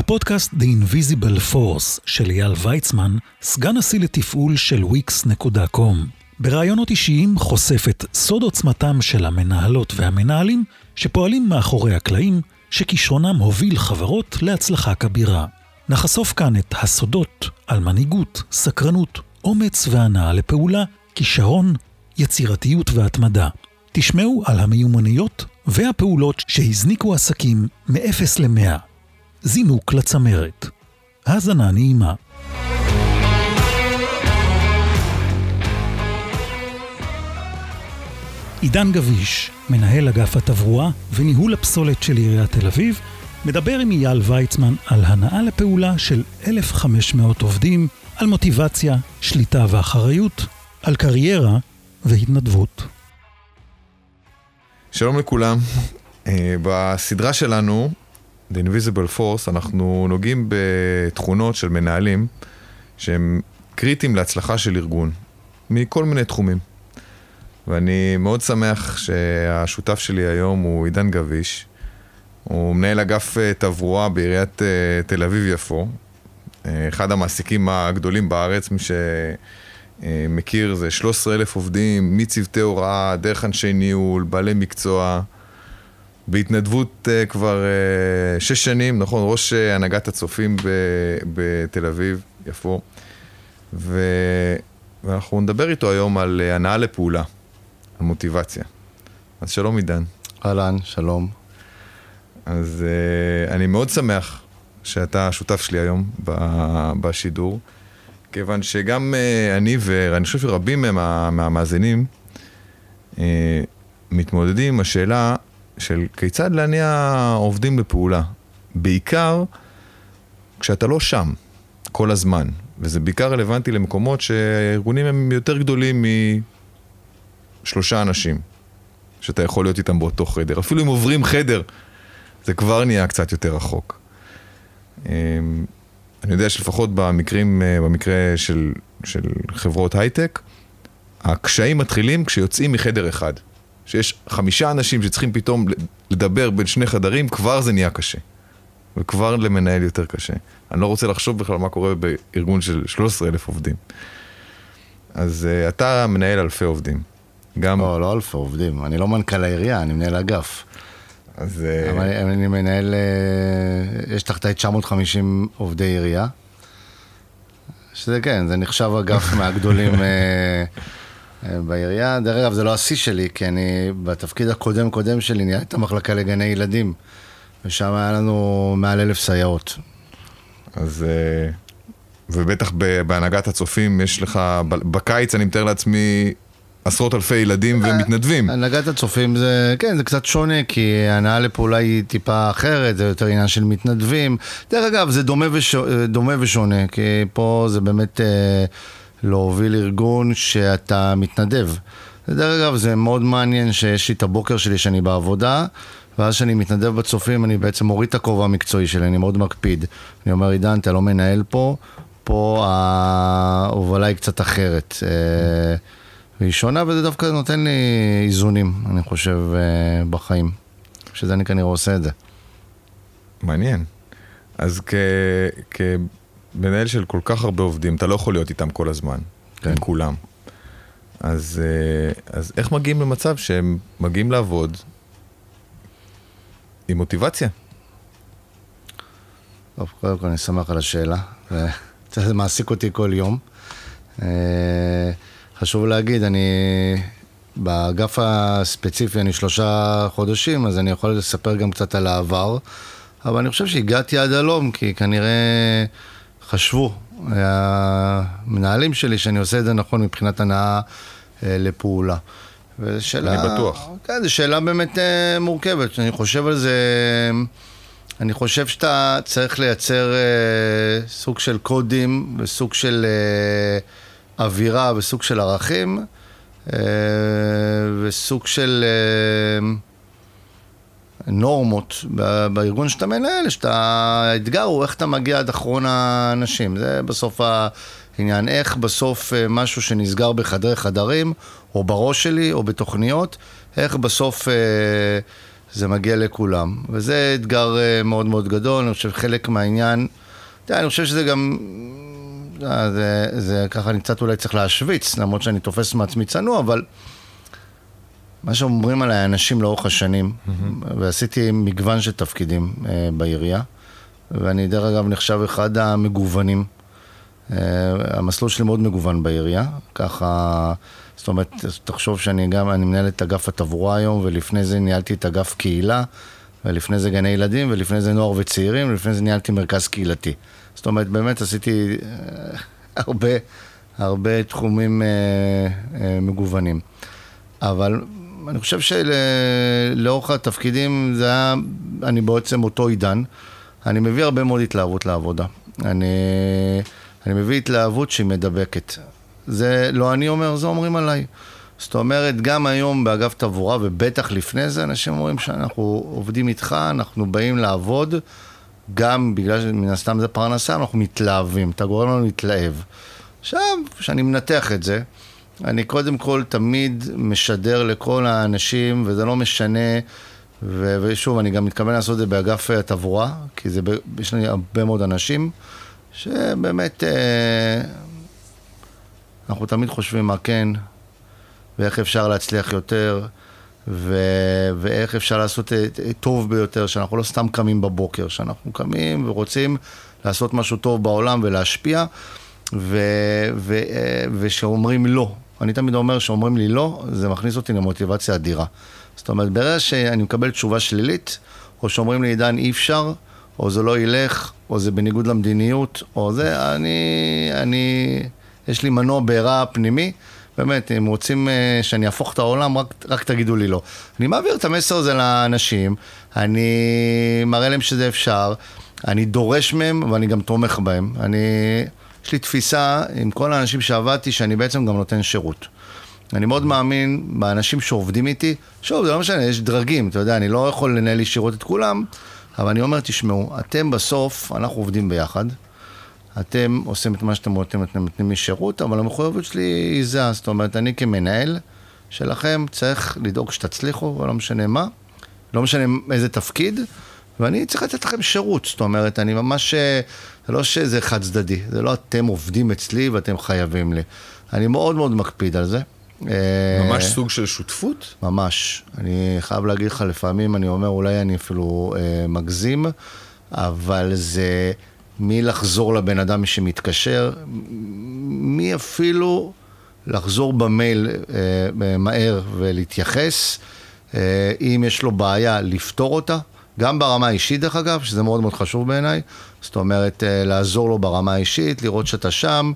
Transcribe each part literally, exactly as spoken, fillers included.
הפודקאסט The Invisible Force של אייל ויצמן, סגן נשיא לתפעול של וויקס נקודה קום. ברעיונות אישיים חושף את סוד עוצמתם של המנהלות והמנהלים שפועלים מאחורי הקלעים, שכישרונם הוביל חברות להצלחה כבירה. נחשוף כאן את הסודות על מנהיגות, סקרנות, אומץ והנאה לפעולה, כישרון, יצירתיות והתמדה. תשמעו על המיומנויות והפעולות שהזניקו עסקים מאפס למאה. זינוק לצמרת. האזנה נעימה. עידן גביש, מנהל אגף התברואה וניהול הפסולת של עיריית תל אביב, מדבר עם אייל ויצמן על הנאה לפעולה של אלף וחמש מאות עובדים, על מוטיבציה, שליטה ואחריות, על קריירה והתנדבות. שלום לכולם. בסדרה שלנו, The Invisible Force, אנחנו נוגעים בתכונות של מנהלים שהם קריטיים להצלחה של ארגון, מכל מיני תחומים. ואני מאוד שמח שהשותף שלי היום הוא עידן גביש. הוא מנהל אגף תברואה בעיריית תל אביב-יפו. אחד המעסיקים הגדולים בארץ, מי שמכיר, זה שלושה עשר אלף עובדים, מצוותי הוראה, דרך אנשי ניהול, בעלי מקצוע. בהתנדבות כבר שש שנים, נכון, ראש הנהגת הצופים בתל אביב, יפו. ואנחנו נדבר איתו היום על הנאה לפעולה. על מוטיבציה. אז שלום עידן. אהלן, שלום. אז uh, אני מאוד שמח שאתה שותף שלי היום בשידור, כיוון שגם uh, אני ואני חושב שרבים מה, מהמאזינים uh, מתמודדים עם השאלה של כיצד להניע עובדים לפעולה. בעיקר כשאתה לא שם כל הזמן, וזה בעיקר רלוונטי למקומות שהארגונים הם יותר גדולים מ... שלושה אנשים, שאתה יכול להיות איתם באותו חדר. אפילו אם עוברים חדר, זה כבר נהיה קצת יותר רחוק. אני יודע שלפחות במקרים, במקרה של, של חברות הייטק, הקשיים מתחילים כשיוצאים מחדר אחד. שיש חמישה אנשים שצריכים פתאום לדבר בין שני חדרים, כבר זה נהיה קשה. וכבר למנהל יותר קשה. אני לא רוצה לחשוב בכלל מה קורה בארגון של שלושה עשר אלף עובדים. אז אתה מנהל אלפי עובדים. גם... לא, לא אלפי עובדים. אני לא מנכ"ל העירייה, אני מנהל אגף. אז... אני מנהל... יש תחתי תשע מאות וחמישים עובדי עירייה. שזה כן, זה נחשב אגף מהגדולים בעירייה. דרך אגב, זה לא השיא שלי, כי אני בתפקיד הקודם-קודם שלי ניהלתי את המחלקה לגני ילדים, ושם היה לנו מעל אלף סייעות. אז... ובטח בהנהגת הצופים יש לך... בקיץ אני מתאר לעצמי... עשרות אלפי ילדים ומתנדבים. הנהגת הצופים זה, כן, זה קצת שונה, כי ההנאה לפעולה היא טיפה אחרת, זה יותר עניין של מתנדבים. דרך אגב, זה דומה, ושונה, דומה ושונה, כי פה זה באמת אה, להוביל ארגון שאתה מתנדב. דרך אגב, זה מאוד מעניין שיש לי את הבוקר שלי שאני בעבודה, ואז שאני מתנדב בצופים, אני בעצם מוריד את הכובע המקצועי שלי, אני מאוד מקפיד. אני אומר, עידן, אתה לא מנהל פה, פה ההובלה היא קצת אחרת. אה, והיא שונה, וזה דווקא נותן לי איזונים, אני חושב, בחיים. שזה אני כנראה עושה את זה. מעניין. אז כ... כמנהל של כל כך הרבה עובדים, אתה לא יכול להיות איתם כל הזמן. כן. עם כולם. אז, אז איך מגיעים למצב שהם מגיעים לעבוד עם מוטיבציה? טוב, קודם כל אני שמח על השאלה. זה מעסיק אותי כל יום. חשוב להגיד, אני באגף הספציפי, אני שלושה חודשים, אז אני יכול לספר גם קצת על העבר, אבל אני חושב שהגעתי עד הלום, כי כנראה חשבו, המנהלים שלי, שאני עושה את זה נכון מבחינת הנאה לפעולה. ושאלה, אני בטוח. כן, זו שאלה באמת מורכבת, אני חושב על זה, אני חושב שאתה צריך לייצר סוג של קודים, וסוג של... אווירה וסוג של ערכים, וסוג של נורמות בארגון שאתה מנהל, שאתה, האתגר הוא איך אתה מגיע עד אחרון האנשים. זה בסוף העניין, איך בסוף משהו שנסגר בחדרי חדרים, או בראש שלי, או בתוכניות, איך בסוף זה מגיע לכולם. וזה אתגר מאוד מאוד גדול, אני חושב חלק מהעניין, תראה, אני חושב שזה גם, זה, זה ככה אני קצת אולי צריך להשוויץ, למרות שאני תופס מעצמי צנוע, אבל מה שאומרים עליי אנשים לאורך השנים, mm-hmm. ועשיתי מגוון של תפקידים אה, בעירייה, ואני דרך אגב נחשב אחד המגוונים, אה, המסלול שלי מאוד מגוון בעירייה, ככה, זאת אומרת, תחשוב שאני גם, אני מנהל את אגף התבורה היום, ולפני זה ניהלתי את אגף קהילה, ולפני זה גני ילדים, ולפני זה נוער וצעירים, ולפני זה ניהלתי מרכז קהילתי. זאת אומרת, באמת עשיתי אה, הרבה, הרבה תחומים אה, אה, מגוונים. אבל אני חושב שלאורך התפקידים זה היה, אני בעצם אותו עידן, אני מביא הרבה מאוד התלהבות לעבודה. אני, אני מביא התלהבות שהיא מדבקת. זה לא אני אומר, זה אומרים עליי. זאת אומרת, גם היום באגף תבורה, ובטח לפני זה, אנשים אומרים שאנחנו עובדים איתך, אנחנו באים לעבוד, גם בגלל שמן הסתם זה פרנסה, אנחנו מתלהבים, אתה גורם לנו להתלהב. עכשיו, כשאני מנתח את זה, אני קודם כל תמיד משדר לכל האנשים, וזה לא משנה, ו- ושוב, אני גם מתכוון לעשות את זה באגף התבורה, כי זה, יש לי הרבה מאוד אנשים, שבאמת, אה, אנחנו תמיד חושבים מה כן, ואיך אפשר להצליח יותר, ו- ואיך אפשר לעשות טוב ביותר, שאנחנו לא סתם קמים בבוקר, שאנחנו קמים ורוצים לעשות משהו טוב בעולם ולהשפיע, ו- ו- ושאומרים לא. אני תמיד אומר שאומרים לי לא, זה מכניס אותי למוטיבציה אדירה. זאת אומרת, ברגע שאני מקבל תשובה שלילית, או שאומרים לי, עידן, אי אפשר, או זה לא ילך, או זה בניגוד למדיניות, או זה, אני, אני, יש לי מנוע בעירה פנימי, באמת, אם רוצים שאני אהפוך את העולם, רק, רק תגידו לי לא. אני מעביר את המסר הזה לאנשים, אני מראה להם שזה אפשר, אני דורש מהם, ואני גם תומך בהם. אני, יש לי תפיסה עם כל האנשים שעבדתי, שאני בעצם גם נותן שירות. אני מאוד מאמין באנשים שעובדים איתי, שוב, זה לא משנה, יש דרגים, אתה יודע, אני לא יכול לנהל ישירות את כולם, אבל אני אומר, תשמעו, אתם בסוף, אנחנו עובדים ביחד, אתם עושים את מה שאתם רוצים, אתם נותנים לי שירות, אבל המחויבות שלי היא זה, זאת אומרת, אני כמנהל שלכם צריך לדאוג שתצליחו, ולא משנה מה, לא משנה איזה תפקיד, ואני צריך לתת לכם שירות, זאת אומרת, אני ממש, זה לא שזה חד צדדי, זה לא אתם עובדים אצלי ואתם חייבים לי. אני מאוד מאוד מקפיד על זה. ממש סוג של שותפות? ממש. אני חייב להגיד לך, לפעמים אני אומר, אולי אני אפילו אה, מגזים, אבל זה מי לחזור לבן אדם שמתקשר, מי אפילו לחזור במייל אה, מהר ולהתייחס, אה, אם יש לו בעיה לפתור אותה, גם ברמה האישית דרך אגב, שזה מאוד מאוד חשוב בעיניי, זאת אומרת, אה, לעזור לו ברמה האישית, לראות שאתה שם,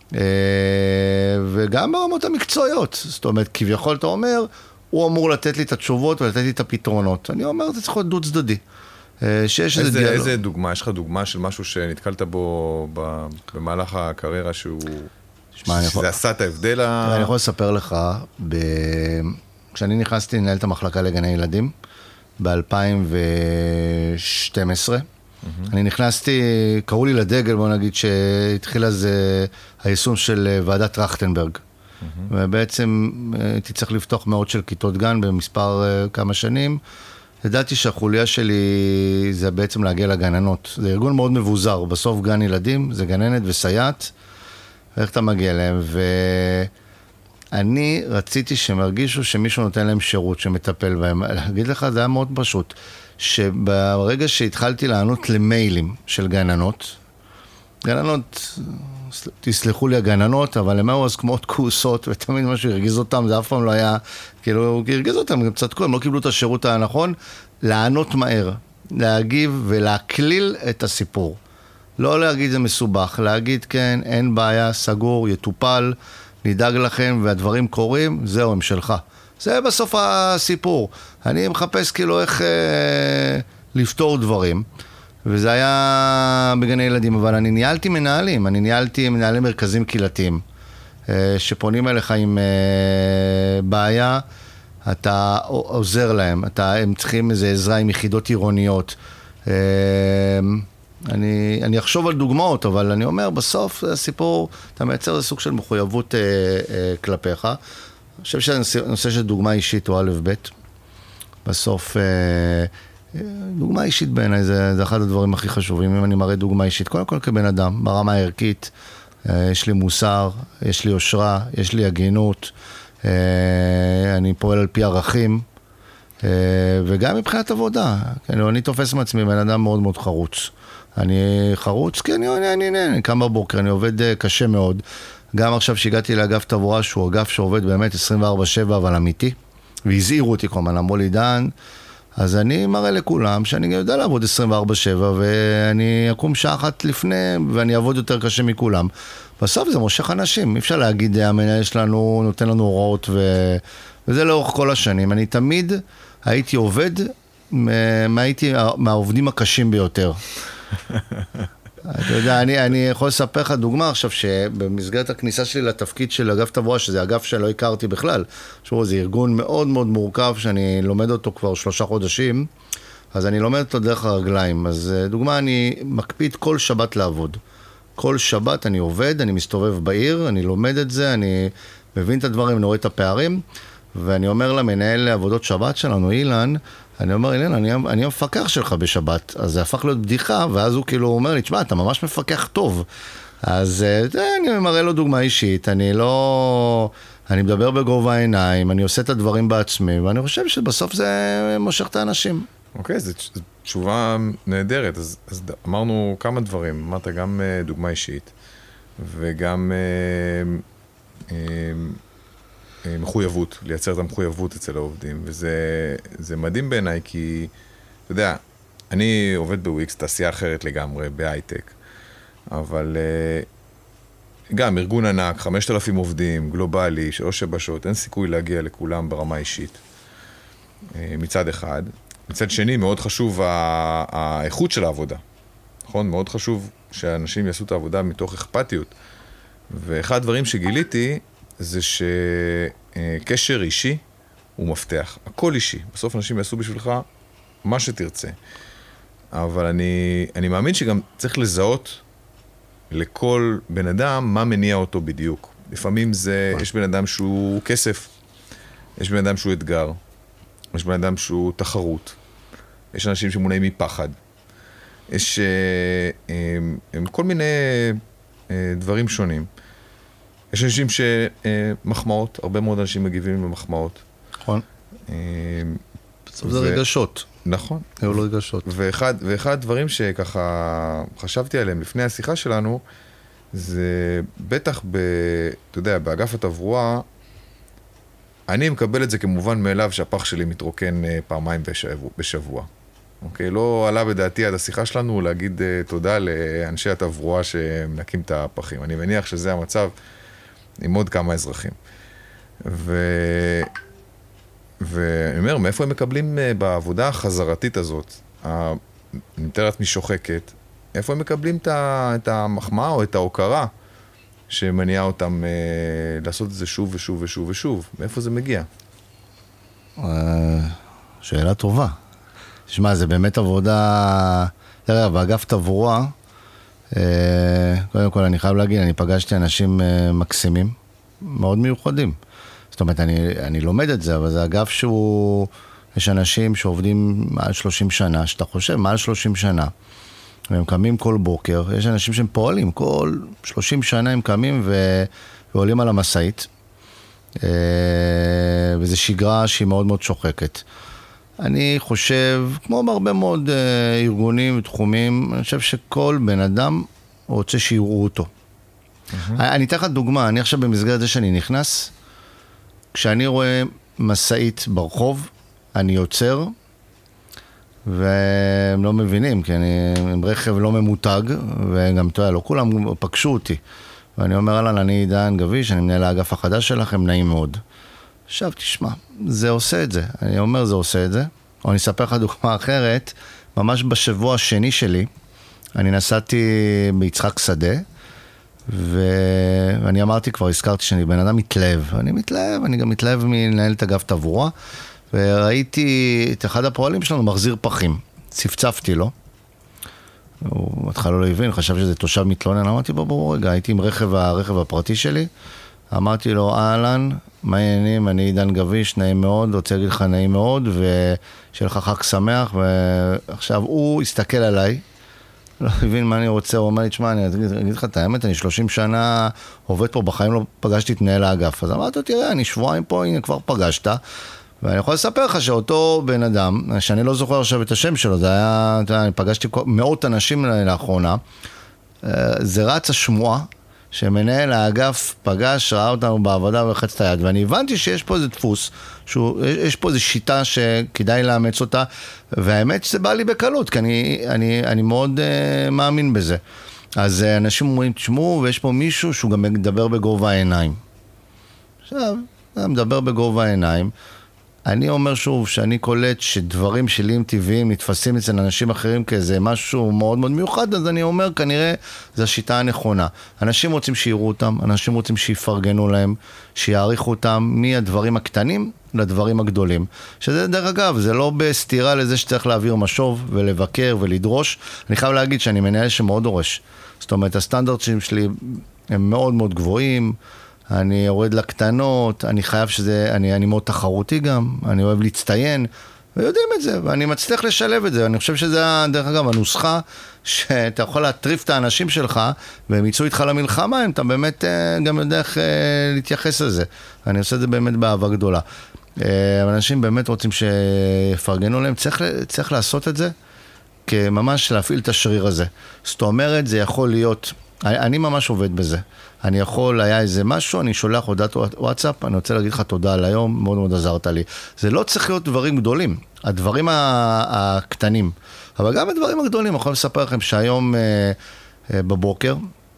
וגם ברמות המקצועיות, זאת אומרת, כביכול אתה אומר, הוא אמור לתת לי את התשובות ולתת לי את הפתרונות. אני אומר, זה צריך להיות דו צדדי. שיש איזה דיאלוג. איזה דוגמה? יש לך דוגמה של משהו שנתקלת בו במהלך הקריירה שהוא... שזה עשה את ההבדל? אני יכול לספר לך, כשאני נכנסתי לנהל את המחלקה לגני ילדים, ב-אלפיים ושתים עשרה, אני נכנסתי, קראו לי לדגל, בוא נגיד שהתחיל אז היישום של ועדת טרכטנברג. ובעצם הייתי צריך לפתוח מאות של כיתות גן במספר כמה שנים. ידעתי שהחוליה שלי זה בעצם להגיע לגננות. זה ארגון מאוד מבוזר, בסוף גן ילדים, זה גננת וסייעת, ואיך אתה מגיע להם? ואני רציתי שהם הרגישו שמישהו נותן להם שירות שמטפל בהם. להגיד לך, זה היה מאוד פשוט. שברגע שהתחלתי לענות למיילים של גננות, גננות, תסלחו לי הגננות, אבל הם היו אז כמו עוד כוסות, ותמיד משהו הרגיז אותם, זה אף פעם לא היה, כאילו, הרגיז אותם, הם צדקו, הם לא קיבלו את השירות הנכון, לענות מהר, להגיב ולהקליל את הסיפור. לא להגיד זה מסובך, להגיד כן, אין בעיה, סגור, יטופל, נדאג לכם, והדברים קורים, זהו, הם שלך. זה בסוף הסיפור. אני מחפש כאילו איך אה, לפתור דברים, וזה היה בגני ילדים, אבל אני ניהלתי מנהלים, אני ניהלתי מנהלי מרכזים קהילתיים, אה, שפונים אליך עם אה, בעיה, אתה עוזר להם, אתה, הם צריכים איזו עזרה עם יחידות עירוניות. אה, אני, אני אחשוב על דוגמאות, אבל אני אומר, בסוף זה הסיפור, אתה מייצר איזה סוג של מחויבות אה, אה, כלפיך. אני חושב שהנושא של דוגמה אישית הוא א' ב'. בסוף, דוגמה אישית בעיניי, זה, זה אחד הדברים הכי חשובים. אם אני מראה דוגמה אישית, קודם כל כבן אדם, ברמה הערכית, יש לי מוסר, יש לי יושרה, יש לי הגינות, אני פועל על פי ערכים, וגם מבחינת עבודה. אני תופס מעצמי בן אדם מאוד מאוד חרוץ. אני חרוץ, כי אני, אני, אני, אני, אני קם בבוקר, אני עובד קשה מאוד. גם עכשיו שהגעתי לאגף תבורה, שהוא אגף שעובד באמת עשרים וארבע שבע, אבל אמיתי, והזהירו אותי כל הזמן, אמרו לי, דן, אז אני מראה לכולם שאני יודע לעבוד עשרים וארבע שבע, ואני אקום שעה אחת לפני, ואני אעבוד יותר קשה מכולם. בסוף זה מושך אנשים, אי אפשר להגיד, המנהל שלנו נותן לנו הוראות, ו... וזה לאורך כל השנים. אני תמיד הייתי עובד, מהייתי מהעובדים הקשים ביותר. אתה יודע, אני, אני יכול לספר לך דוגמה עכשיו, שבמסגרת הכניסה שלי לתפקיד של אגף תבורה, שזה אגף שלא הכרתי בכלל, שוב, זה ארגון מאוד מאוד מורכב, שאני לומד אותו כבר שלושה חודשים, אז אני לומד אותו דרך הרגליים. אז דוגמה, אני מקפיד כל שבת לעבוד. כל שבת אני עובד, אני מסתובב בעיר, אני לומד את זה, אני מבין את הדברים, אני רואה את הפערים, ואני אומר למנהל לעבודות שבת שלנו, אילן, אני אומר, אילן, אני, אני המפקח שלך בשבת, אז זה הפך להיות בדיחה, ואז הוא כאילו אומר לי, תשמע, אתה ממש מפקח טוב. אז אני מראה לו דוגמה אישית, אני לא, אני מדבר בגובה העיניים, אני עושה את הדברים בעצמי, ואני חושב שבסוף זה מושך את האנשים. אוקיי, okay, זו תשובה נהדרת. אז, אז אמרנו כמה דברים, אמרת גם uh, דוגמה אישית, וגם uh, uh, uh, מחויבות, לייצר את המחויבות אצל העובדים, וזה זה מדהים בעיניי, כי, אתה יודע, אני עובד בוויקס, תעשייה אחרת לגמרי, בהייטק, אבל uh, גם ארגון ענק, חמשת אלפים עובדים, גלובלי, שלוש שבשות, אין סיכוי להגיע לכולם ברמה אישית, uh, מצד אחד. מצד שני, מאוד חשוב האיכות של העבודה. נכון? מאוד חשוב שאנשים יעשו את העבודה מתוך אכפתיות. ואחד הדברים שגיליתי, זה שקשר אישי הוא מפתח. הכל אישי. בסוף אנשים יעשו בשבילך מה שתרצה. אבל אני, אני מאמין שגם צריך לזהות לכל בן אדם מה מניע אותו בדיוק. לפעמים זה, יש בן אדם שהוא כסף, יש בן אדם שהוא אתגר, יש בן אדם שהוא תחרות, יש אנשים שמונעים מפחד, יש אה, אה, כל מיני אה, דברים שונים. יש אנשים שמחמאות, הרבה מאוד אנשים מגיבים במחמאות. נכון. אה, בסוף זה רגשות. נכון. היו לו רגשות. ואחד, ואחד הדברים שככה חשבתי עליהם לפני השיחה שלנו, זה בטח ב, אתה יודע, באגף התברואה, אני מקבל את זה כמובן מאליו שהפח שלי מתרוקן פעמיים בשבוע, בשבוע. אוקיי? לא עלה בדעתי עד השיחה שלנו להגיד תודה לאנשי התברואה שמנקים את הפחים. אני מניח שזה המצב עם עוד כמה אזרחים. ו... ואני אומר, מאיפה הם מקבלים בעבודה החזרתית הזאת, אני מתאר לעצמי שוחקת, איפה הם מקבלים את המחמאה או את ההוקרה שמניעה אותם אה, לעשות את זה שוב ושוב ושוב ושוב? מאיפה זה מגיע? שאלה טובה. תשמע, זה באמת עבודה, תראה, באגף תברואה, אה, קודם כל אני חייב להגיד, אני פגשתי אנשים אה, מקסימים, מאוד מיוחדים. זאת אומרת, אני, אני לומד את זה, אבל זה אגף שהוא, יש אנשים שעובדים מעל שלושים שנה, שאתה חושב, מעל שלושים שנה. הם קמים כל בוקר, יש אנשים שהם פועלים, כל שלושים שנה הם קמים ו... ועולים על המסעית, וזו שגרה שהיא מאוד מאוד שוחקת. אני חושב, כמו בהרבה מאוד ארגונים ותחומים, אני חושב שכל בן אדם רוצה שיראו אותו. Mm-hmm. אני אתן לך דוגמה, אני עכשיו במסגרת זה שאני נכנס, כשאני רואה מסעית ברחוב, אני יוצר, והם לא מבינים, כי אני עם רכב לא ממותג, וגם, אתה יודע, לא כולם פגשו אותי. ואני אומר, אלן, אני דן גביש, אני מנהל האגף החדש שלכם, נעים מאוד. עכשיו, תשמע, זה עושה את זה. אני אומר, זה עושה את זה. או אני אספר לך דוגמה אחרת, ממש בשבוע השני שלי, אני נסעתי ביצחק שדה, ואני אמרתי, כבר הזכרתי שאני בן אדם מתלהב. אני מתלהב, אני גם מתלהב מנהל את אגף תברואה, וראיתי את אחד הפועלים שלנו מחזיר פחים. צפצפתי לו. הוא מתחיל לא להבין, חשב שזה תושב מתלונן. אמרתי, בוא, בוא, רגע, הייתי עם רכב, הרכב הפרטי שלי. אמרתי לו, אהלן, מה העניינים? אני עידן גביש, נעים מאוד, רוצה להגיד לך נעים מאוד, ושיהיה לך חג שמח, ועכשיו הוא הסתכל עליי, לא הבין מה אני רוצה, הוא אומר לי, תשמע, אני אגיד לך את האמת, אני שלושים שנה עובד פה, בחיים לא פגשתי את מנהל האגף, אז אמרתי, תראה, אני שבועיים פה, הנה כבר פגשת, ואני יכול לספר לך שאותו בן אדם, שאני לא זוכר עכשיו את השם שלו, זה היה, אתה יודע, אני פגשתי מאות אנשים לאחרונה, זה רץ השמועה, שמנהל האגף פגש, ראה אותנו בעבודה וחץ את היד, ואני הבנתי שיש פה איזה דפוס, שיש פה איזו שיטה שכדאי לאמץ אותה, והאמת שזה בא לי בקלות, כי אני, אני, אני מאוד uh, מאמין בזה. אז uh, אנשים אומרים, תשמעו, ויש פה מישהו שהוא גם מדבר בגובה העיניים. עכשיו, מדבר בגובה העיניים, אני אומר שוב שאני קולט שדברים שלי הם טבעיים נתפסים אצל אנשים אחרים כאיזה משהו מאוד מאוד מיוחד, אז אני אומר כנראה זו השיטה הנכונה. אנשים רוצים שיראו אותם, אנשים רוצים שיפרגנו להם, שיעריכו אותם מהדברים הקטנים לדברים הגדולים. שזה דרך אגב, זה לא בסתירה לזה שצריך להעביר משוב ולבקר ולדרוש. אני חייב להגיד שאני מנהל שמאוד דורש. זאת אומרת, הסטנדרטים שלי הם מאוד מאוד גבוהים, אני יורד לקטנות, אני חייב שזה, אני, אני מאוד תחרותי גם, אני אוהב להצטיין, ויודעים את זה, ואני מצליח לשלב את זה. אני חושב שזה, דרך אגב, הנוסחה שאתה יכול להטריף את האנשים שלך, והם יצאו איתך למלחמה, אם אתה באמת גם יודע איך להתייחס לזה. אני עושה את זה באמת באהבה גדולה. אנשים באמת רוצים שיפרגנו להם, צריך, צריך לעשות את זה, כממש להפעיל את השריר הזה. זאת אומרת, זה יכול להיות, אני, אני ממש עובד בזה. אני יכול, היה איזה משהו, אני שולח הודעת וואטסאפ, אני רוצה להגיד לך תודה על היום, מאוד מאוד עזרת לי. זה לא צריך להיות דברים גדולים, הדברים הקטנים, אבל גם הדברים הגדולים, אני יכול לספר לכם שהיום אה, אה, בבוקר,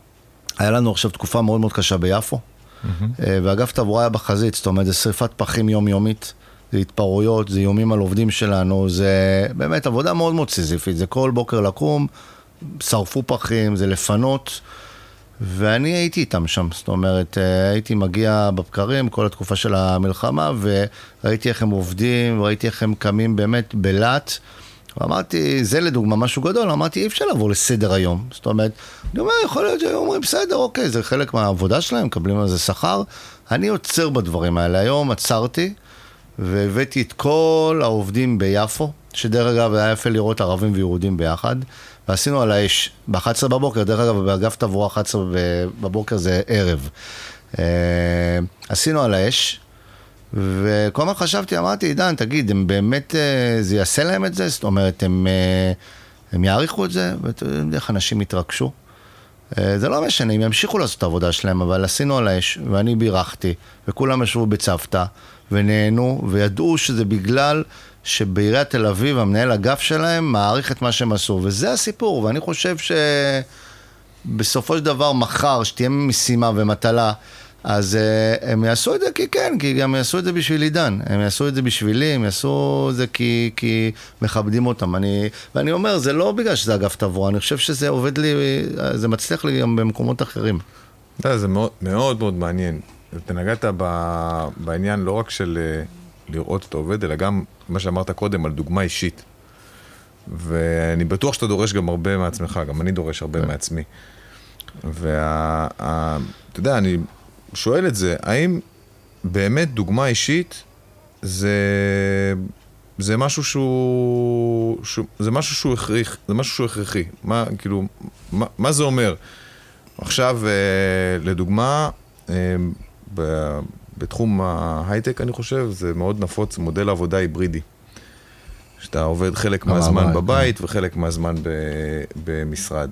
היה לנו עכשיו תקופה מאוד מאוד קשה ביפו, mm-hmm. אה, ואגף תעבורה היה בחזית, זאת אומרת, זה שריפת פחים יומיומית, זה התפרעויות, זה איומים על עובדים שלנו, זה באמת עבודה מאוד מאוד סיזיפית, זה כל בוקר לקום, שרפו פחים, זה לפנות, ואני הייתי איתם שם, זאת אומרת, הייתי מגיע בבקרים כל התקופה של המלחמה, וראיתי איך הם עובדים, וראיתי איך הם קמים באמת בלט, ואמרתי, זה לדוגמה משהו גדול, אמרתי, אי אפשר לעבור לסדר היום, זאת אומרת, אני אומר, יכול להיות שהיום אומרים, בסדר, אוקיי, זה חלק מהעבודה שלהם, מקבלים על זה שכר, אני עוצר בדברים האלה, היום עצרתי, והבאתי את כל העובדים ביפו, שדרך אגב היה יפה לראות ערבים ויהודים ביחד, ועשינו על האש, ב-אחת עשרה בבוקר, דרך אגב, באגף תעבורה אחת עשרה בבוקר זה ערב. עשינו על האש, וכל מה חשבתי, אמרתי, עידן, תגיד, הם באמת, זה יעשה להם את זה? זאת אומרת, הם, הם יעריכו את זה, ואיך אנשים יתרגשו. זה לא משנה, הם ימשיכו לעשות את העבודה שלהם, אבל עשינו על האש, ואני בירכתי, וכולם ישבו בצוותא, ונהנו, וידעו שזה בגלל שבעיריית תל אביב, המנהל אגף שלהם, מעריך את מה שהם עשו, וזה הסיפור, ואני חושב שבסופו של דבר, מחר, שתהיה משימה ומטלה, אז uh, הם יעשו את זה כי כן, כי גם יעשו את זה בשביל עידן, הם יעשו את זה בשבילי, הם יעשו את זה כי, כי מכבדים אותם, אני, ואני אומר, זה לא בגלל שזה אגף תעבורה, אני חושב שזה עובד לי, זה מצליח לי גם במקומות אחרים. זה מאוד מאוד, מאוד מעניין, אתה נגעת ב, בעניין לא רק של לראות את העובד, אלא גם מה שאמרת קודם על דוגמה אישית, ואני בטוח שאתה דורש גם הרבה מעצמך, גם אני דורש הרבה מעצמי, ואתה יודע, אני שואל את זה, האם באמת דוגמה אישית זה, זה משהו שהוא, שהוא, זה משהו שהוא הכרחי, זה משהו שהוא הכרחי, מה, כאילו, מה, מה זה אומר? עכשיו, לדוגמה, בתחום ההייטק, אני חושב, זה מאוד נפוץ, מודל עבודה היברידי. שאתה עובד חלק מהזמן בבית וחלק מהזמן במשרד.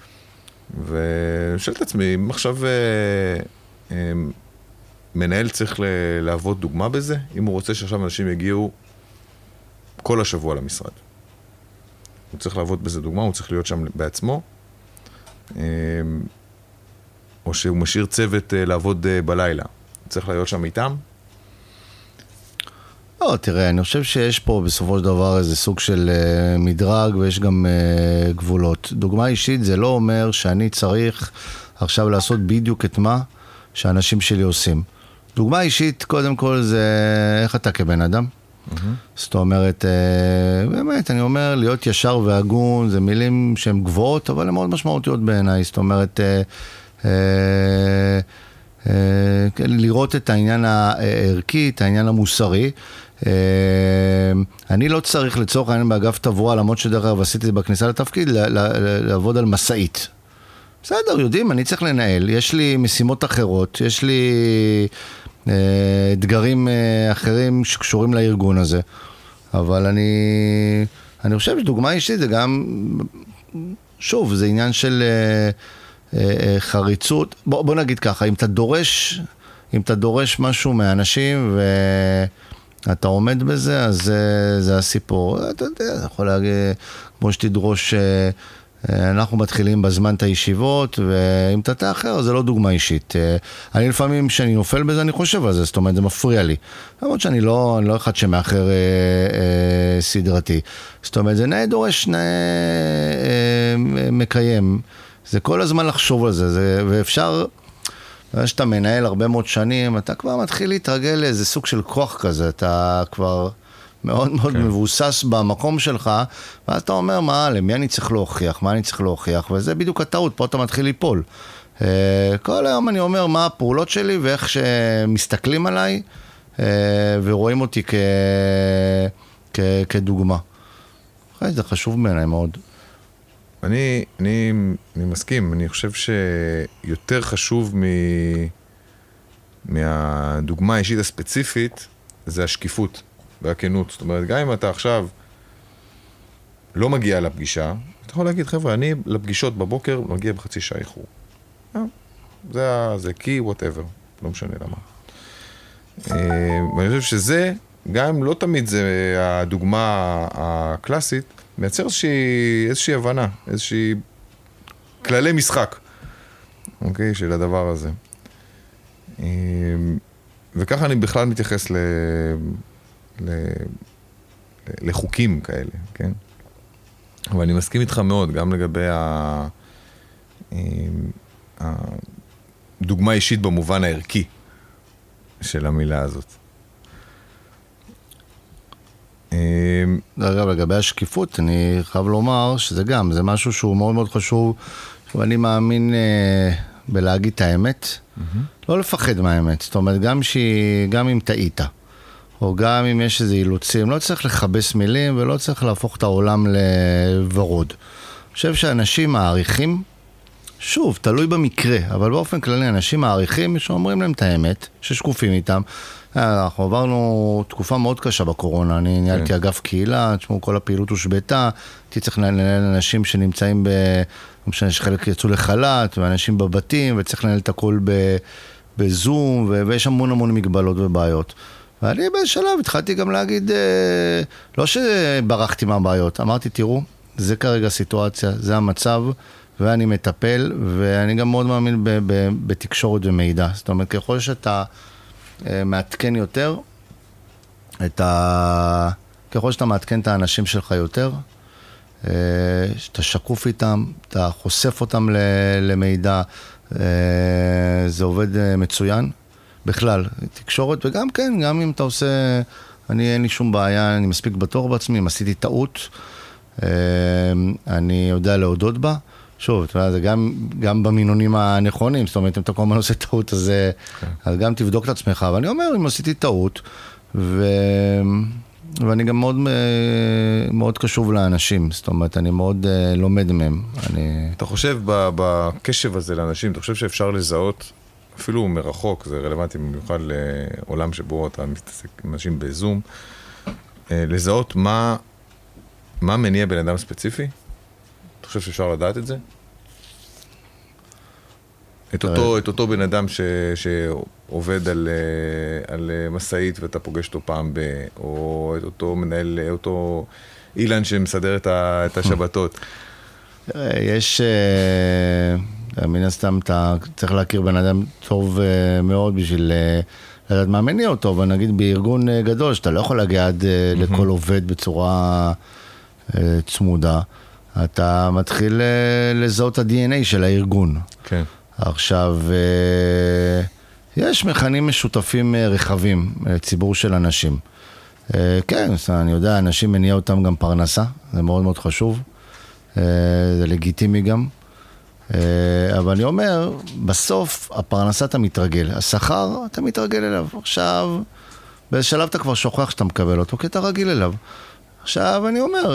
ושאלת לעצמי, אם עכשיו מנהל צריך לעבוד דוגמה בזה, אם הוא רוצה שעכשיו אנשים יגיעו כל השבוע למשרד. הוא צריך לעבוד בזה דוגמה, הוא צריך להיות שם בעצמו, או שהוא משאיר צוות לעבוד בלילה. צריך להיות שם איתם? לא, תראה, אני חושב שיש פה בסופו של דבר איזה סוג של uh, מדרג, ויש גם uh, גבולות. דוגמה אישית זה לא אומר שאני צריך עכשיו לעשות בדיוק את מה שהאנשים שלי עושים. דוגמה אישית, קודם כל, זה איך אתה כבן אדם. Mm-hmm. זאת אומרת, uh, באמת, אני אומר, להיות ישר והגון, זה מילים שהן גבוהות, אבל הן מאוד משמעותיות בעיניי. זאת אומרת, uh, uh, לראות את העניין הערכי, את העניין המוסרי. אני לא צריך לצורך העניין באגף תברואה, למרות שדרך אגב עשיתי זה בכניסה לתפקיד, לעבוד על מסעית. בסדר, יודעים, אני צריך לנהל, יש לי משימות אחרות, יש לי אתגרים אחרים שקשורים לארגון הזה, אבל אני, אני חושב שדוגמה אישית זה גם, שוב, זה עניין של חריצות. בוא, בוא נגיד ככה, אם אתה דורש, אם אתה דורש משהו מאנשים ואתה עומד בזה, אז זה, זה הסיפור. אתה יודע, אתה יכול להגיד, כמו שתדרוש, אנחנו מתחילים בזמן את הישיבות, ואם אתה תאחר, זה לא דוגמה אישית. אני לפעמים, כשאני נופל בזה, אני חושב על זה, זאת אומרת, זה מפריע לי. למרות שאני לא, אני לא אחד שמאחר אה, אה, סדרתי. זאת אומרת, זה נאה דורש, נאה אה, מקיים. זה כל הזמן לחשוב על זה, זה ואפשר, כשאתה מנהל הרבה מאוד שנים, אתה כבר מתחיל להתרגל לאיזה סוג של כוח כזה, אתה כבר מאוד מאוד כן. מבוסס במקום שלך, ואז אתה אומר, מה, למי אני צריך להוכיח, מה אני צריך להוכיח, וזה בדיוק הטעות, פה אתה מתחיל ליפול. כל היום אני אומר מה הפעולות שלי, ואיך שמסתכלים עליי, ורואים אותי כ... כ... כדוגמה. זה חשוב בעיניי מאוד. אני, אני, אני מסכים, אני חושב שיותר חשוב מ... מהדוגמה האישית הספציפית, זה השקיפות והכנות. זאת אומרת, גם אם אתה עכשיו לא מגיע לפגישה, אתה יכול להגיד, חבר'ה, אני לפגישות בבוקר מגיע בחצי שעה איחור. זה, זה key, whatever, לא משנה למה. ואני חושב שזה, גם אם לא תמיד זה הדוגמה הקלאסית, מייצר איזושהי, איזושהי הבנה, איזושהי כללי משחק, אוקיי, של הדבר הזה. וככה אני בכלל מתייחס ל, ל, לחוקים כאלה, כן? אבל אני מסכים איתך מאוד, גם לגבי ה, הדוגמה אישית במובן הערכי של המילה הזאת. אגב, לגבי השקיפות, אני חייב לומר שזה גם, זה משהו שהוא מאוד מאוד חשוב, ואני מאמין אה, בלהגיד את האמת, mm-hmm. לא לפחד מהאמת, זאת אומרת, גם, שהיא, גם אם טעית, או גם אם יש איזה אילוצים, לא צריך לחבש מילים, ולא צריך להפוך את העולם לוורוד. אני חושב שאנשים מעריכים, שוב, תלוי במקרה, אבל באופן כללי, אנשים מעריכים שאומרים להם את האמת, ששקופים איתם, אנחנו עברנו תקופה מאוד קשה בקורונה, אני ניהלתי אגף קהילה, תשמעו, כל הפעילות הושבתה, הייתי צריך לנהל אנשים שנמצאים ב... לא משנה שחלק יצאו לחל"ת, ואנשים בבתים, וצריך לנהל את הכל בזום, ויש המון המון מגבלות ובעיות. ואני בשלב התחלתי גם להגיד, לא שברחתי מהבעיות, אמרתי, תראו, זה כרגע הסיטואציה, זה המצב, ואני מטפל, ואני גם מאוד מאמין בתקשורת ומידע. זאת אומרת, ככל שאתה מעדכן יותר, את ה... ככל שאתה מעדכן את האנשים שלך יותר, שאתה שקוף איתם, אתה חושף אותם למידע, זה עובד מצוין. בכלל, תקשורת, וגם כן, גם אם אתה עושה, אני אין לי שום בעיה, אני מספיק בטוח בעצמי, אם עשיתי טעות, אני יודע להודות בה. שוב, זה גם, גם במינונים הנכונים, זאת אומרת, אם אתה כל הזמן עושה טעות, אז, okay. אז גם תבדוק את עצמך, ואני אומר, אם עשיתי טעות, ו... ואני גם מאוד, מאוד קשוב לאנשים, זאת אומרת, אני מאוד לומד מהם. אני... אתה חושב בקשב הזה לאנשים, אתה חושב שאפשר לזהות, אפילו מרחוק, זה רלוונטי במיוחד לעולם שבו אתה מתעסק עם אנשים בזום, לזהות מה, מה מניע בן אדם ספציפי? אתה חושב שאפשר לדעת את זה? את אותו, את אותו בן אדם ש, שעובד על, על מסעית ואתה פוגש אותו פעם ב... או את אותו מנהל, אותו אילן שמסדר את, ה, את השבתות. יש... מן הסתם אתה צריך להכיר בן אדם טוב מאוד בשביל לדעת מה מניע אותו, ונגיד בארגון גדול שאתה לא יכול להגיע עד לכל עובד בצורה צמודה, אתה מתחיל לזהות את ה-די אן איי של הארגון. כן. עכשיו, יש מכנים משותפים רחבים לציבור של אנשים. כן, אני יודע, אנשים מניע אותם גם פרנסה, זה מאוד מאוד חשוב, זה לגיטימי גם. אבל אני אומר, בסוף הפרנסה אתה מתרגל, השכר אתה מתרגל אליו. עכשיו, בשלב אתה כבר שוכח שאתה מקבל אותו, כי אתה רגיל אליו. עכשיו אני אומר,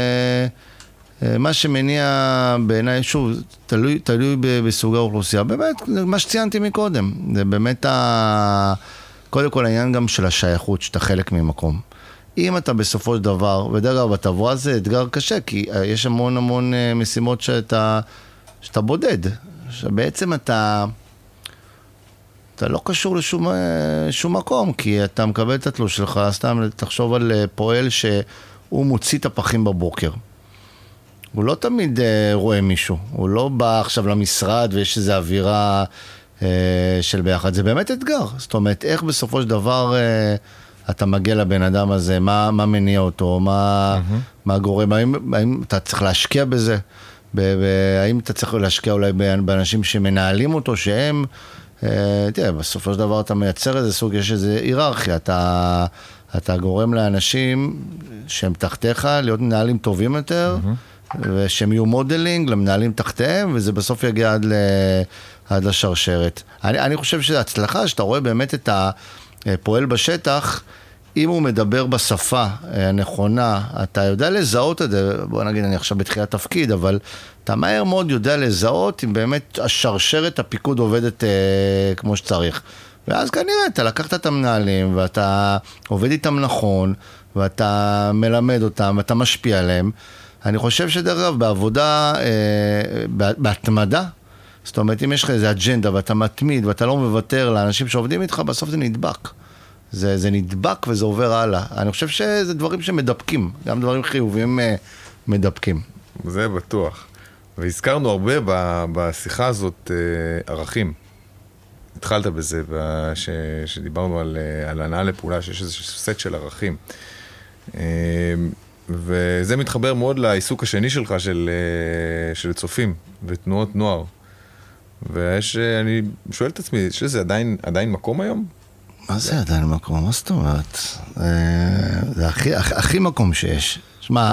מה שמניע בעיניי, שוב, תלוי, תלוי בסוג האוכלוסייה, באמת, מה שציינתי מקודם, זה באמת, ה... קודם כל העניין גם של השייכות, שאתה חלק ממקום. אם אתה בסופו של דבר, ודרך אגב, בתבואה זה אתגר קשה, כי יש המון המון משימות שאתה, שאתה בודד, שבעצם אתה, אתה לא קשור לשום שום מקום, כי אתה מקבל את התלוש שלך, סתם תחשוב על פועל שהוא מוציא את הפחים בבוקר. הוא לא תמיד רואה מישהו, הוא לא בא עכשיו למשרד ויש איזו אווירה של ביחד, זה באמת אתגר. זאת אומרת, איך בסופו של דבר אתה מגיע לבן אדם הזה, מה, מה מניע אותו, מה, mm-hmm. מה גורם, האם, האם אתה צריך להשקיע בזה, ב, ב, האם אתה צריך להשקיע אולי באנשים שמנהלים אותו, שהם, אה, תראה, בסופו של דבר אתה מייצר איזה סוג, יש איזה היררכיה, אתה, אתה גורם לאנשים שהם תחתיך להיות מנהלים טובים יותר, mm-hmm. ושהם יהיו מודלינג למנהלים תחתיהם, וזה בסוף יגיע עד, ל, עד לשרשרת. אני, אני חושב שזה הצלחה, שאתה רואה באמת את ה... פועל בשטח, אם הוא מדבר בשפה הנכונה, אתה יודע לזהות את זה, בוא נגיד, אני עכשיו בתחילת תפקיד, אבל אתה מהר מאוד יודע לזהות אם באמת השרשרת הפיקוד עובדת אה, כמו שצריך. ואז כנראה, אתה לקחת את המנהלים, ואתה עובד איתם נכון, ואתה מלמד אותם, ואתה משפיע עליהם. אני חושב שדרך אגב, בעבודה, אה, בהתמדה, זאת אומרת, אם יש לך איזו אג'נדה ואתה מתמיד ואתה לא מוותר לאנשים שעובדים איתך, בסוף זה נדבק. זה, זה נדבק וזה עובר הלאה. אני חושב שזה דברים שמדבקים, גם דברים חיוביים מדבקים. זה בטוח. והזכרנו הרבה בשיחה הזאת ערכים. התחלת בזה, ש, שדיברנו על, על הנעה לפעולה, שיש איזה סט של ערכים. וזה מתחבר מאוד לעיסוק השני שלך של, של צופים ותנועות נוער. ויש, אני שואל את עצמי, יש לזה עדיין, עדיין מקום היום? מה זה עדיין מקום? מה זאת אומרת? זה הכי, הכי מקום שיש. שמע,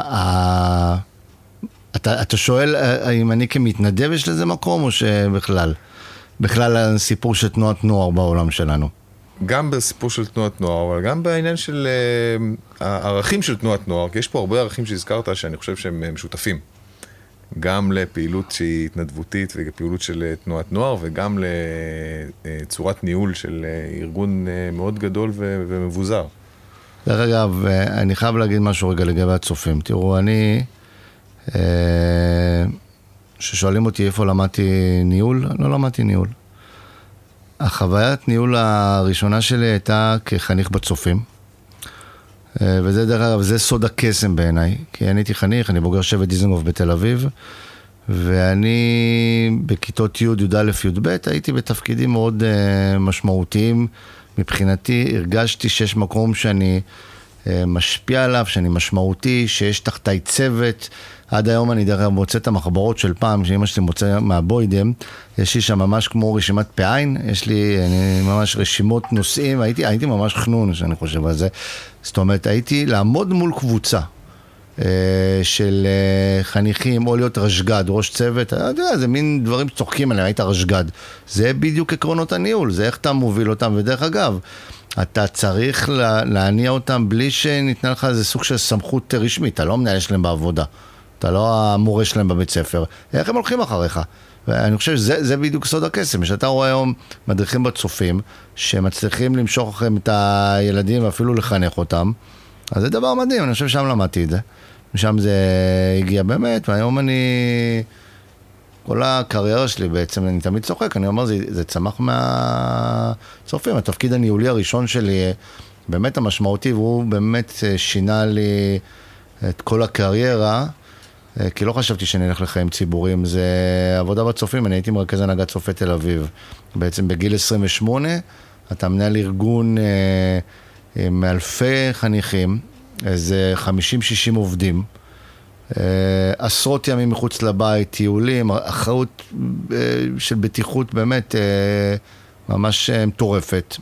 אתה, אתה שואל האם אני כמתנדב יש לזה מקום או שבכלל? בכלל הסיפור של תנועת נוער בעולם שלנו. גם בסיפור של תנועת נוער, אבל גם בעניין של הערכים של תנועת נוער, כי יש פה הרבה ערכים שהזכרת שאני חושב שהם משותפים. גם לפעילות שהיא התנדבותית ופעילות של תנועת נוער, וגם לצורת ניהול של ארגון מאוד גדול ומבוזר. דרך אגב, אני חייב להגיד משהו רגע לגבי הצופים. תראו, אני, ששואלים אותי איפה למדתי ניהול, לא למדתי ניהול. החוויית ניהול הראשונה שלי הייתה כחניך בצופים. וזה דרך אגב, זה סוד הקסם בעיניי, כי אני הייתי חניך, אני בוגר שבט דיזנגוף בתל אביב, ואני בכיתות י', י' א', י' ב', הייתי בתפקידים מאוד uh, משמעותיים, מבחינתי הרגשתי שיש מקום שאני uh, משפיע עליו, שאני משמעותי, שיש תחתיי צוות, עד היום אני דרך אגב מוצא את המחברות של פעם, שאמא שלי מוצא מהבוידם, יש לי שם ממש כמו רשימת פעין, יש לי אני, ממש רשימות נושאים, הייתי, הייתי ממש חנון שאני חושב על זה, זאת אומרת, הייתי לעמוד מול קבוצה אה, של אה, חניכים, או להיות רשגד, ראש צוות, אתה יודע, זה מין דברים שצוחקים עליהם, היית רשגד, זה בדיוק עקרונות הניהול, זה איך אתה מוביל אותם, ודרך אגב, אתה צריך לה, להניע אותם בלי שניתנה לך איזה סוג של סמכות רשמית, אתה לא מנהל שלהם בעבודה, אתה לא המורה שלהם בבית ספר, איך הם הולכים אחריך? ואני חושב שזה זה בדיוק סוד הקסם, שאתה רואה היום מדריכים בצופים, שמצליחים למשוך לכם את הילדים ואפילו לחנך אותם, אז זה דבר מדהים, אני חושב שם למדתי את זה, ושם זה הגיע באמת, והיום אני, כל הקריירה שלי בעצם, אני תמיד צוחק, אני אומר, זה, זה צמח מהצופים, התפקיד הניהולי הראשון שלי, באמת המשמעותי, והוא באמת שינה לי את כל הקריירה, כי לא חשבתי שאני אלך לחיים ציבוריים, זה עבודה בצופים, אני הייתי מרכז הנהגת צופי תל אביב. בעצם בגיל עשרים ושמונה, אתה מנהל ארגון אה, עם אלפי חניכים, איזה חמישים שישים עובדים, אה, עשרות ימים מחוץ לבית, טיולים, אחריות אה, של בטיחות באמת אה, ממש אה, מטורפת.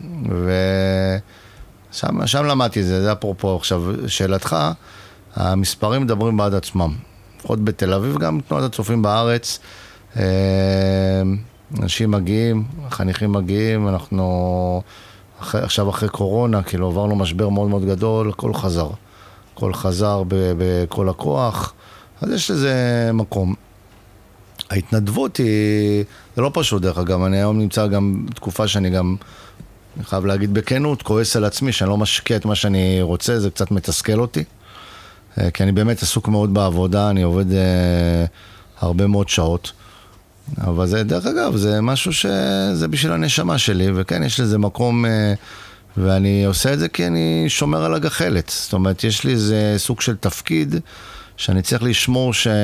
ושם שם למדתי את זה, זה אפרופו עכשיו שאלתך, המספרים מדברים בעד עצמם. לפחות בתל אביב, גם תנועת הצופים בארץ, אנשים מגיעים, חניכים מגיעים, אנחנו אחרי, עכשיו אחרי קורונה, כאילו עברנו משבר מאוד מאוד גדול, הכל חזר. הכל חזר בכל הכוח, אז יש לזה מקום. ההתנדבות היא, זה לא פשוט דרך אגב, אני היום נמצא גם תקופה שאני גם, אני חייב להגיד בכנות, כועס על עצמי, שאני לא משקיע את מה שאני רוצה, זה קצת מתסכל אותי, כי אני באמת עסוק מאוד בעבודה, אני עובד אה, הרבה מאוד שעות, אבל זה דרך אגב, זה משהו שזה בשביל הנשמה שלי, וכן, יש לזה מקום, אה, ואני עושה את זה כי אני שומר על הגחלת, זאת אומרת, יש לי איזה סוג של תפקיד, שאני צריך לשמור ש...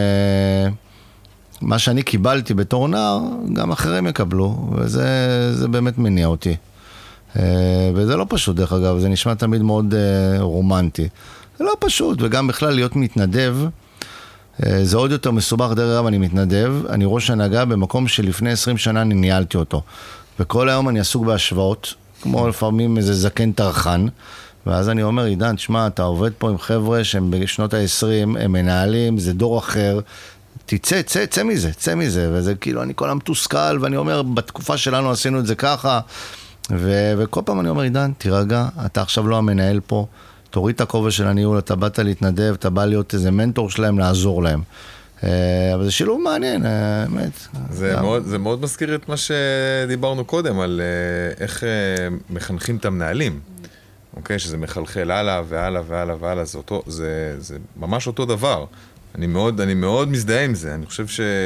מה שאני קיבלתי בתור נער, גם אחרים יקבלו, וזה זה באמת מניע אותי. וזה לא פשוט, דרך אגב, זה נשמע תמיד מאוד רומנטי. זה לא פשוט, וגם בכלל להיות מתנדב, זה עוד יותר מסובך, דרך אגב, אני מתנדב, אני ראש הנהגה במקום שלפני עשרים שנה אני ניהלתי אותו. וכל היום אני עסוק בהשוואות, כמו לפעמים איזה זקן טרחן, ואז אני אומר, עידן, תשמע, אתה עובד פה עם חבר'ה שהם בשנות ה-עשרים, הם מנהלים, זה דור אחר, תצא, צא, צא מזה, צא מזה, וזה כאילו, אני כל המתוסכל, ואני אומר, בתקופה שלנו עשינו את זה ככה, ו- וכל פעם אני אומר, עידן, תירגע, אתה עכשיו לא המנהל פה, תוריד את הכובע של הניהול, אתה באת להתנדב, אתה בא להיות איזה מנטור שלהם, לעזור להם. אבל זה שילוב מעניין, באמת. זה מאוד, זה מאוד מזכיר את מה שדיברנו קודם, על איך מחנכים את המנהלים. אוקיי, שזה מחלחל הלאה והלאה והלאה והלאה, זה אותו, זה, זה ממש אותו דבר. אני מאוד, אני מאוד מזדהה עם זה. אני חושב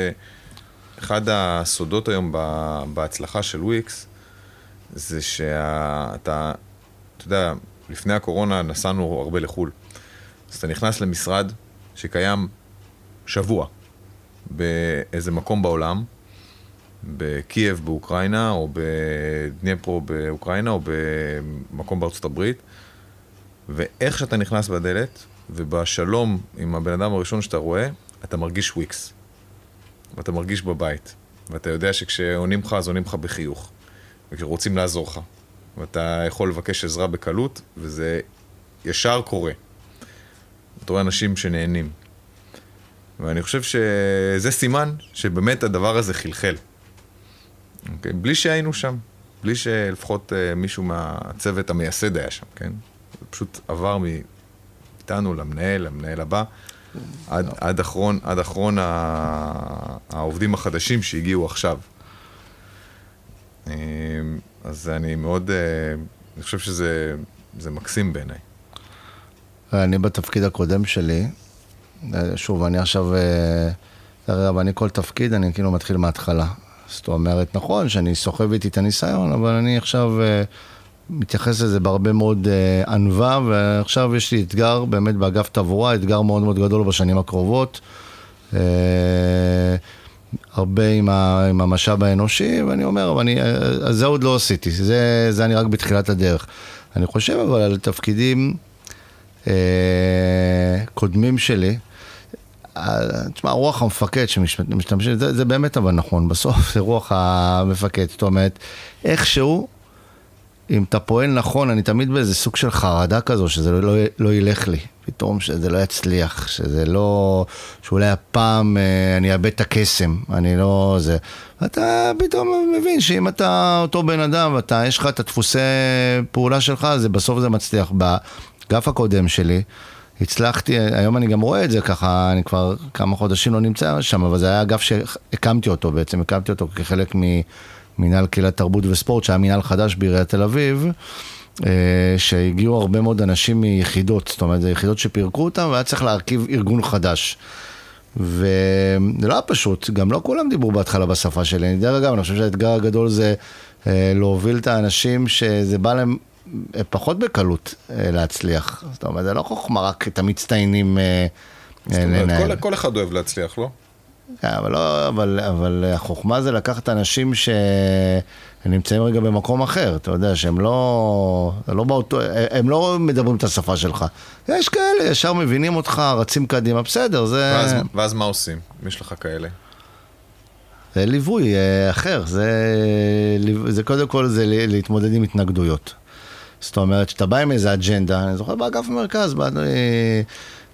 שאחד הסודות היום בהצלחה של וויקס, זה שאתה, אתה יודע, לפני הקורונה נסענו הרבה לחול. אז אתה נכנס למשרד שקיים שבוע באיזה מקום בעולם, בקייב באוקראינה, או בדניפרו באוקראינה, או במקום בארצות הברית, ואיך שאתה נכנס בדלת, ובשלום עם הבן אדם הראשון שאתה רואה, אתה מרגיש וויקס. ואתה מרגיש בבית. ואתה יודע שכשעונים לך, אז עונים לך בחיוך. וכשרוצים לעזור לך. ואתה יכול לבקש עזרה בקלות, וזה ישר קורה. אתה רואה אנשים שנהנים. ואני חושב שזה סימן שבאמת הדבר הזה חלחל. Okay? בלי שהיינו שם. בלי שלפחות uh, מישהו מהצוות המייסד היה שם, כן? זה פשוט עבר מאיתנו למנהל, למנהל הבא, עד, עד אחרון, עד אחרון העובדים החדשים שהגיעו עכשיו. אז אני מאוד, אני חושב שזה זה מקסים בעיניי. אני בתפקיד הקודם שלי, שוב, אני עכשיו, אבל אני כל תפקיד, אני כאילו מתחיל מההתחלה. זאת אומרת, נכון שאני סוחב איתי את הניסיון, אבל אני עכשיו מתייחס לזה בהרבה מאוד ענווה, ועכשיו יש לי אתגר באמת באגף תברואה, אתגר מאוד מאוד גדול בשנים הקרובות, הרבה עם, ה, עם המשאב האנושי, ואני אומר, אני, זה עוד לא עשיתי, זה, זה אני רק בתחילת הדרך. אני חושב אבל על תפקידים אה, קודמים שלי, תשמע, רוח המפקד שמשתמשים, זה, זה באמת אבל נכון, בסוף זה רוח המפקד, זאת אומרת, איכשהו, אם אתה פועל נכון, אני תמיד באיזה סוג של חרדה כזו, שזה לא, לא, לא ילך לי, פתאום שזה לא יצליח, שזה לא, שאולי הפעם אני אאבד את הקסם, אני לא זה, ואתה פתאום מבין שאם אתה אותו בן אדם, ואתה, יש לך את הדפוסי פעולה שלך, זה בסוף זה מצליח. באגף הקודם שלי, הצלחתי, היום אני גם רואה את זה ככה, אני כבר כמה חודשים לא נמצא שם, אבל זה היה אגף שהקמתי אותו בעצם, הקמתי אותו כחלק ממנהל קהילת תרבות וספורט, שהיה מנהל חדש בעיריית תל אביב, שהגיעו הרבה מאוד אנשים מיחידות, זאת אומרת, זה יחידות שפירקו אותם, והיה צריך להרכיב ארגון חדש. וזה לא היה פשוט, גם לא כולם דיברו בהתחלה בשפה שלי, אני דרך אגב, אני חושב שהאתגר הגדול זה להוביל את האנשים שזה בא להם פחות בקלות להצליח. זאת אומרת, זה לא חוכמה רק את המצטיינים לנהל. כל, כל אחד אוהב להצליח, לא? אבל, לא, אבל, אבל החוכמה זה לקחת אנשים שנמצאים רגע במקום אחר, אתה יודע, שהם לא, לא באותו, הם לא מדברים את השפה שלך. יש כאלה, ישר מבינים אותך, רצים קדימה, בסדר, זה... ואז, ואז מה עושים? יש לך כאלה? זה ליווי אחר, זה, זה קודם כל זה להתמודד עם התנגדויות. זאת אומרת, שאתה בא עם איזה אג'נדה, אני זוכר באגף המרכז, בא,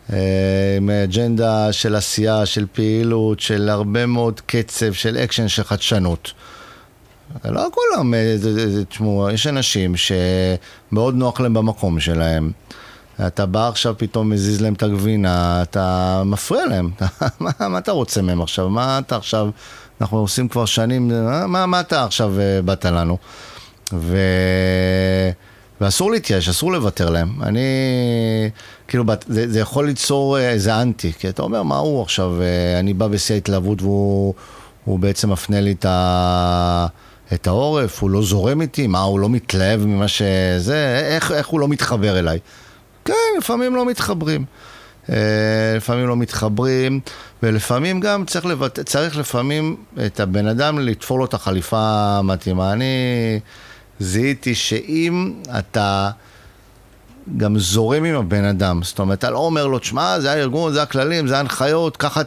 עם אג'נדה של עשייה, של פעילות, של הרבה מאוד קצב, של אקשן, של חדשנות. לא כולם, תשמעו, יש אנשים שמאוד נוח להם במקום שלהם. אתה בא עכשיו פתאום מזיז להם את הגבינה, אתה מפריע להם. מה, מה אתה רוצה מהם עכשיו? מה אתה עכשיו, אנחנו עושים כבר שנים, מה, מה אתה עכשיו באת לנו? ו... ואסור להתייאש, אסור לוותר להם. אני, כאילו, זה, זה יכול ליצור איזה אנטי, כי אתה אומר, מה הוא עכשיו? אני בא בשיא ההתלהבות והוא הוא בעצם מפנה לי את ה... את העורף, הוא לא זורם איתי, מה, הוא לא מתלהב ממה שזה, איך, איך הוא לא מתחבר אליי? כן, לפעמים לא מתחברים. לפעמים לא מתחברים, ולפעמים גם צריך, לבט... צריך לפעמים את הבן אדם לתפור לו את החליפה המתאימה. אני זיהיתי שאם אתה גם זורם עם הבן אדם, זאת אומרת, אתה לא אומר לו, תשמע, זה הארגון, זה הכללים, זה ההנחיות, ככה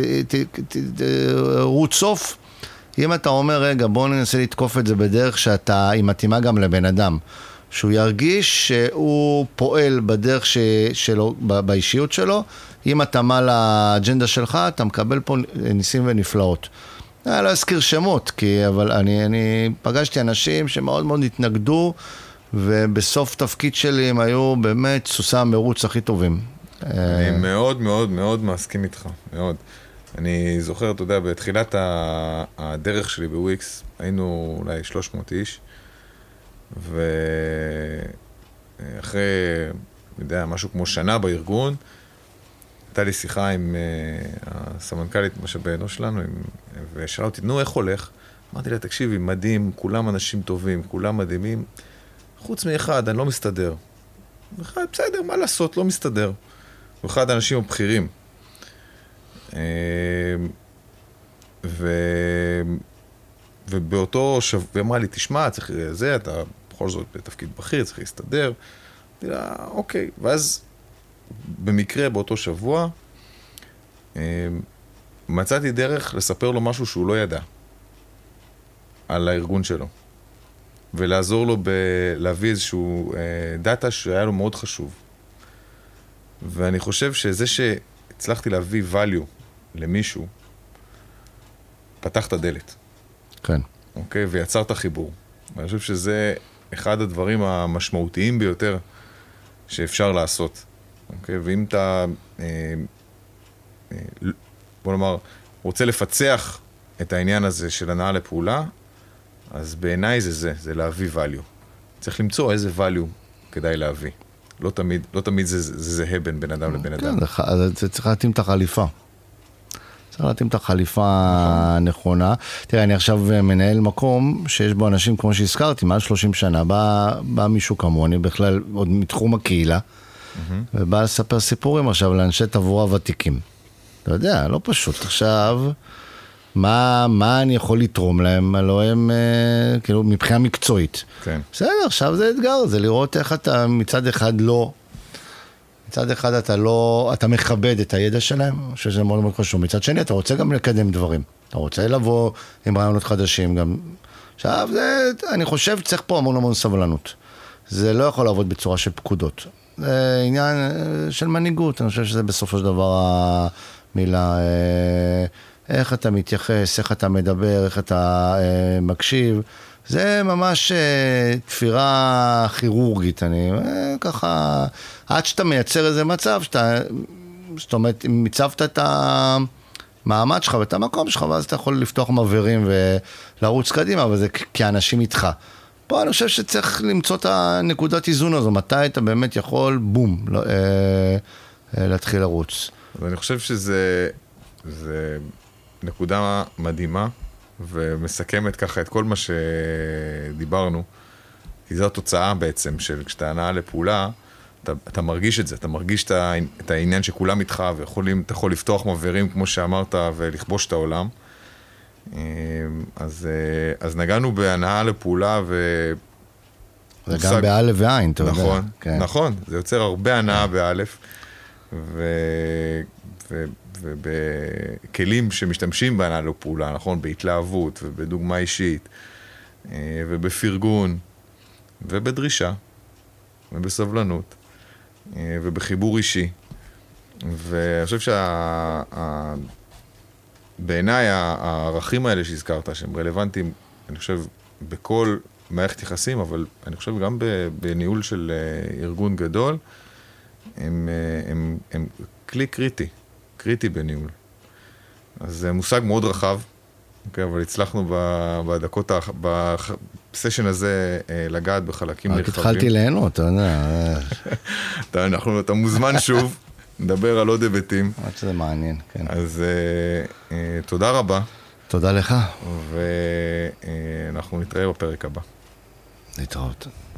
רות סוף. אם אתה אומר, רגע, בוא ננסה לתקוף את זה בדרך שאתה, היא מתאימה גם לבן אדם. שהוא ירגיש שהוא פועל בדרך ש... שלו, באישיות שלו, אם אתה מה לאג'נדה שלך, אתה מקבל פה ניסים ונפלאות. אני לא אזכיר שמות, כי, אבל אני, אני פגשתי אנשים שמאוד מאוד התנגדו, ובסוף תפקיד שלי הם היו באמת סוסי המרוץ הכי טובים. אני מאוד מאוד מאוד מסכים איתך, מאוד. אני זוכר, אתה יודע, בתחילת הדרך שלי בוויקס, היינו אולי שלוש מאות איש, ואחרי, אני יודע, משהו כמו שנה בארגון, הייתה לי שיחה עם uh, הסמנכ"לית משאבי אנוש שלנו, עם, ושאלה אותי, נו, איך הולך? אמרתי לה, תקשיבי, מדהים, כולם אנשים טובים, כולם מדהימים, חוץ מאחד, אני לא מסתדר. אחד, בסדר, מה לעשות, לא מסתדר. ואחד האנשים הבכירים. ו... ובאותו שבוע, ואמרה לי, תשמע, צריך זה, אתה בכל זאת בתפקיד בכיר, צריך להסתדר. אמרתי לה, אוקיי. ואז, במקרה באותו שבוע, מצאתי דרך לספר לו משהו שהוא לא ידע, על הארגון שלו. ולעזור לו ב... להביא איזשהו דאטה שהיה לו מאוד חשוב. ואני חושב שזה שהצלחתי להביא value למישהו, פתח את הדלת. כן. אוקיי? ויצר את החיבור. ואני חושב שזה אחד הדברים המשמעותיים ביותר שאפשר לעשות. אוקיי? ואם אתה, אה, אה, בוא נאמר, רוצה לפצח את העניין הזה של הנעה לפעולה, אז בעיניי זה זה, זה להביא value. צריך למצוא איזה value כדאי להביא. לא תמיד, לא תמיד זה, זה זהה בין בן אדם לבן אדם. כן, זה צריך להתאים את החליפה. צריך להתאים את החליפה הנכונה. תראה, אני עכשיו מנהל מקום שיש בו אנשים, כמו שהזכרתי, מעל שלושים שנה, בא, בא מישהו כמוני, בכלל עוד מתחום הקהילה, ובא לספר סיפורים עכשיו לאנשי תבורה ותיקים. אתה יודע, לא פשוט. עכשיו, מה, מה אני יכול לתרום להם? הלוא הם, אה, כאילו, מבחינה מקצועית. כן. בסדר, עכשיו זה אתגר, זה לראות איך אתה מצד אחד לא, מצד אחד אתה לא, אתה מכבד את הידע שלהם, שזה מאוד מאוד חשוב. מצד שני, אתה רוצה גם לקדם דברים. אתה רוצה לבוא עם רעיונות חדשים גם. עכשיו, זה, אני חושב, צריך פה המון המון סבלנות. זה לא יכול לעבוד בצורה של פקודות. זה עניין של מנהיגות, אני חושב שזה בסופו של דבר המילה, איך אתה מתייחס, איך אתה מדבר, איך אתה מקשיב. זה ממש תפירה כירורגית, אני ככה, עד שאתה מייצר איזה מצב, שאתה, זאת אומרת, אם מצבת את המעמד שלך ואת המקום שלך, ואז אתה יכול לפתוח מבהרים ולרוץ קדימה, אבל זה כאנשים איתך. פה אני חושב שצריך למצוא את הנקודת איזון הזו, מתי אתה באמת יכול, בום, להתחיל לרוץ. ואני חושב שזה זה נקודה מדהימה, ומסכמת ככה את כל מה שדיברנו, כי זו התוצאה בעצם של כשאתה הנעה לפעולה, אתה, אתה מרגיש את זה, אתה מרגיש את העניין שכולם איתך, ואתה יכול לפתוח מבהרים כמו שאמרת, ולכבוש את העולם. אז, אז נגענו בהנעה לפעולה ו... זה גם באלף ועין, אתה יודע. נכון, נכון, זה יוצר הרבה הנעה באלף, ו... ו... ובכלים שמשתמשים בהנעה לפעולה, נכון? בהתלהבות ובדוגמה אישית, ובפרגון, ובדרישה, ובסבלנות, ובחיבור אישי. ואני חושב שבעיניי הערכים האלה שהזכרת, שהם רלוונטיים, אני חושב, בכל מערכת יחסים, אבל אני חושב גם בניהול של ארגון גדול, הם, הם, הם כלי קריטי, קריטי בניהול. אז זה מושג מאוד רחב, אוקיי, אבל הצלחנו בדקות, בסשן הזה לגעת בחלקים נרחבים. רק התחלתי ליהנות, אתה יודע. אנחנו, אתה מוזמן שוב, נדבר על עוד היבטים. עד שזה מעניין, כן. אז תודה רבה. תודה לך. ואנחנו נתראה בפרק הבא. להתראות.